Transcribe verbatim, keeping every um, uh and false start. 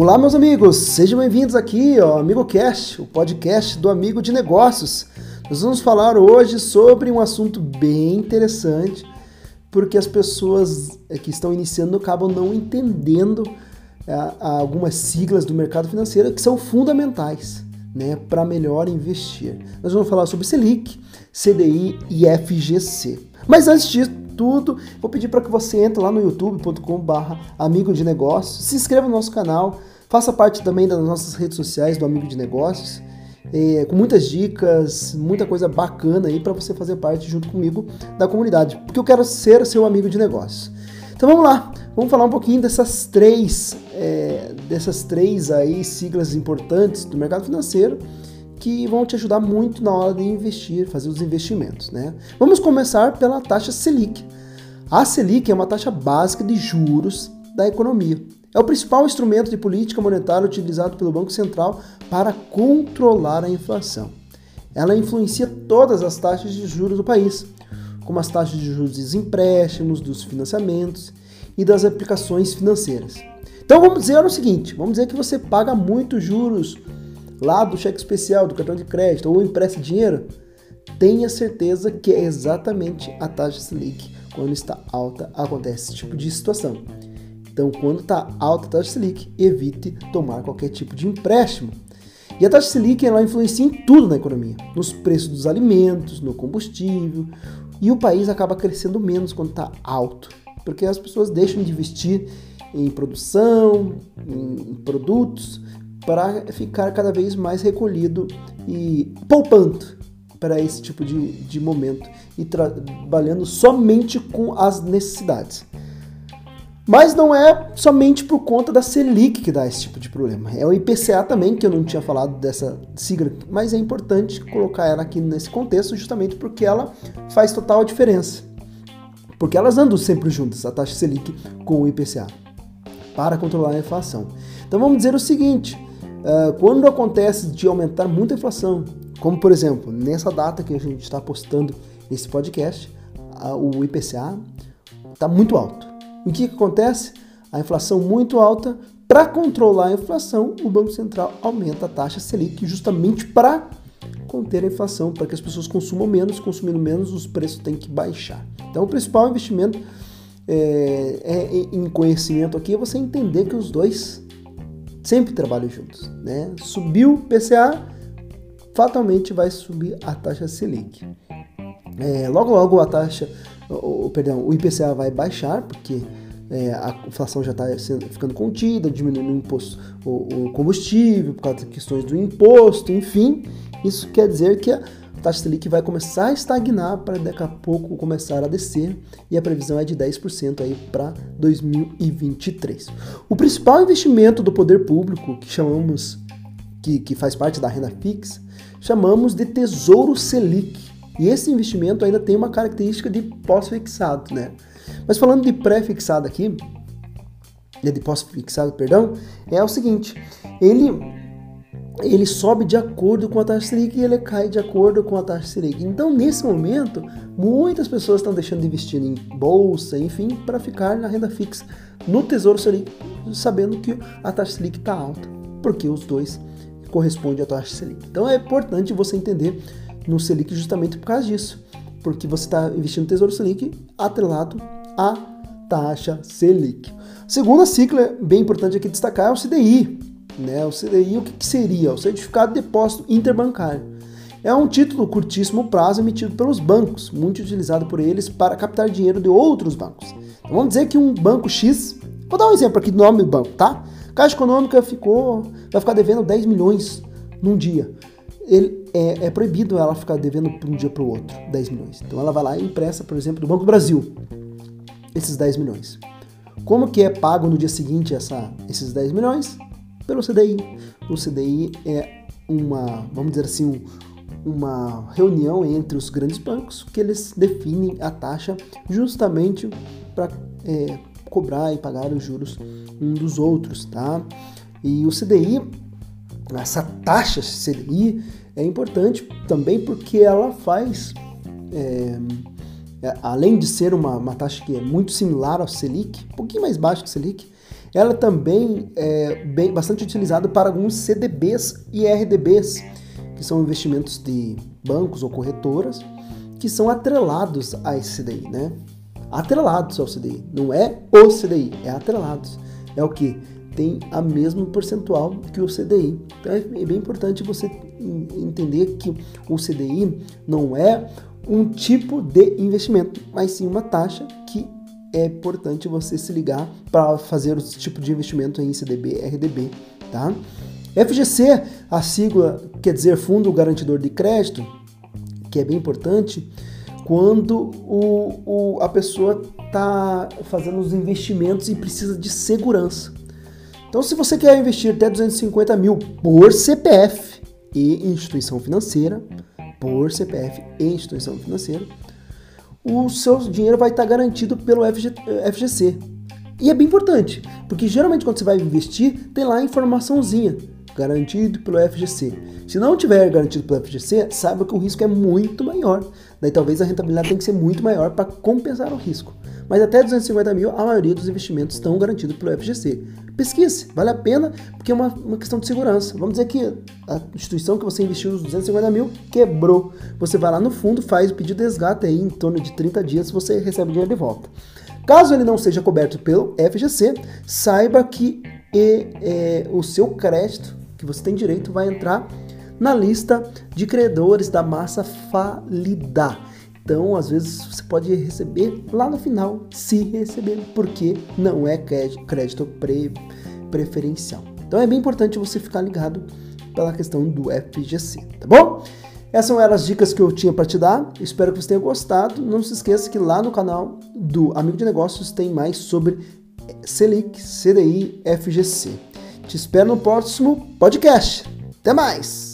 Olá, meus amigos, sejam bem-vindos aqui ao AmigoCast, o podcast do Amigo de Negócios. Nós vamos falar hoje sobre um assunto bem interessante, porque as pessoas que estão iniciando acabam não entendendo é, algumas siglas do mercado financeiro que são fundamentais, né, para melhor investir. Nós vamos falar sobre Selic, C D I e F G C. Mas antes disso tudo, vou pedir para que você entre lá no youtube ponto com barra amigo de negócios, se inscreva no nosso canal, faça parte também das nossas redes sociais do Amigo de Negócios, é, com muitas dicas, muita coisa bacana aí para você fazer parte junto comigo da comunidade, porque eu quero ser seu amigo de negócios. Então vamos lá, vamos falar um pouquinho dessas três, é, dessas três aí siglas importantes do mercado financeiro, que vão te ajudar muito na hora de investir, fazer os investimentos, né? Vamos começar pela taxa Selic. A Selic é uma taxa básica de juros da economia. É o principal instrumento de política monetária utilizado pelo Banco Central para controlar a inflação. Ela influencia todas as taxas de juros do país, como as taxas de juros dos empréstimos, dos financiamentos e das aplicações financeiras. Então vamos dizer o seguinte, vamos dizer que você paga muitos juros lá do cheque especial, do cartão de crédito ou empresta dinheiro, tenha certeza que é exatamente a taxa Selic. Quando está alta, acontece esse tipo de situação. Então, quando está alta a taxa Selic, evite tomar qualquer tipo de empréstimo. E a taxa Selic, ela influencia em tudo na economia, nos preços dos alimentos, no combustível, e o país acaba crescendo menos quando está alto, porque as pessoas deixam de investir em produção, em produtos, para ficar cada vez mais recolhido e poupando para esse tipo de, de momento e trabalhando somente com as necessidades. Mas não é somente por conta da Selic que dá esse tipo de problema. É o I P C A também, que eu não tinha falado dessa sigla, mas é importante colocar ela aqui nesse contexto justamente porque ela faz total diferença. Porque elas andam sempre juntas, a taxa Selic com o I P C A, para controlar a inflação. Então vamos dizer o seguinte, Uh, quando acontece de aumentar muito a inflação, como por exemplo, nessa data que a gente está postando esse podcast, uh, o I P C A está muito alto. E o que, que acontece? A inflação muito alta, para controlar a inflação, o Banco Central aumenta a taxa Selic justamente para conter a inflação, para que as pessoas consumam menos, consumindo menos, os preços têm que baixar. Então o principal investimento é, é, em conhecimento aqui é você entender que os dois sempre trabalham juntos, né? Subiu o I P C A, fatalmente vai subir a taxa Selic. É, logo logo a taxa, o, o, perdão, o I P C A vai baixar, porque é, a inflação já está ficando contida, diminuindo o imposto, o, o combustível, por causa de questões do imposto, enfim. Isso quer dizer que a taxa Selic vai começar a estagnar para daqui a pouco começar a descer, e a previsão é de dez por cento aí para dois mil e vinte e três. O principal investimento do poder público, que chamamos, que, que faz parte da renda fixa, chamamos de Tesouro Selic. E esse investimento ainda tem uma característica de pós-fixado, né? Mas falando de pré-fixado aqui, de pós-fixado, perdão, é o seguinte, ele ele sobe de acordo com a taxa Selic e ele cai de acordo com a taxa Selic. Então, nesse momento, muitas pessoas estão deixando de investir em bolsa, enfim, para ficar na renda fixa, no Tesouro Selic, sabendo que a taxa Selic está alta, porque os dois correspondem à taxa Selic. Então, é importante você entender no Selic justamente por causa disso, porque você está investindo no Tesouro Selic atrelado à taxa Selic. Segunda sigla bem importante aqui destacar é o C D I. Né, o C D I, o que, que seria? O Certificado de Depósito Interbancário. É um título curtíssimo prazo emitido pelos bancos, muito utilizado por eles para captar dinheiro de outros bancos. Então, vamos dizer que um banco X, vou dar um exemplo aqui do nome do banco, tá? Caixa Econômica ficou, vai ficar devendo dez milhões num dia. Ele, é, é proibido ela ficar devendo de um dia para o outro dez milhões. Então ela vai lá e empresta, por exemplo, do Banco do Brasil, esses dez milhões. Como que é pago no dia seguinte essa, esses dez milhões? Pelo C D I. O C D I é uma, vamos dizer assim, um, uma reunião entre os grandes bancos que eles definem a taxa justamente para é, cobrar e pagar os juros um dos outros, tá? E o C D I, essa taxa C D I é importante também porque ela faz, é, além de ser uma, uma taxa que é muito similar ao Selic, um pouquinho mais baixa que o Selic, Ela também é bem, bastante utilizada para alguns C D Bs e R D Bs, que são investimentos de bancos ou corretoras, que são atrelados a esse C D I, né? Atrelados ao C D I, não é o C D I, é atrelados. É o que? Tem a mesma percentual que o C D I. Então é bem importante você entender que o C D I não é um tipo de investimento, mas sim uma taxa que é importante você se ligar para fazer esse tipo de investimento em C D B, R D B, tá? F G C, a sigla quer dizer Fundo Garantidor de Crédito, que é bem importante quando o, o, a pessoa está fazendo os investimentos e precisa de segurança. Então, se você quer investir até duzentos e cinquenta mil por C P F e instituição financeira, por C P F e instituição financeira, o seu dinheiro vai estar garantido pelo F G C. E é bem importante, porque geralmente quando você vai investir, tem lá a informaçãozinha, garantido pelo F G C. Se não tiver garantido pelo F G C, saiba que o risco é muito maior. Daí talvez a rentabilidade tem que ser muito maior para compensar o risco. Mas até duzentos e cinquenta mil, a maioria dos investimentos estão garantidos pelo F G C. Pesquise, vale a pena, porque é uma, uma questão de segurança. Vamos dizer que a instituição que você investiu os duzentos e cinquenta mil quebrou. Você vai lá no fundo, faz o pedido de resgate aí em torno de trinta dias, você recebe o dinheiro de volta. Caso ele não seja coberto pelo F G C, saiba que e, é, o seu crédito que você tem direito vai entrar na lista de credores da massa falida. Então, às vezes, você pode receber lá no final, se receber, porque não é crédito pre- preferencial. Então, é bem importante você ficar ligado pela questão do F G C, tá bom? Essas eram as dicas que eu tinha para te dar. Espero que você tenha gostado. Não se esqueça que lá no canal do Amigo de Negócios tem mais sobre Selic, C D I, F G C. Te espero no próximo podcast. Até mais!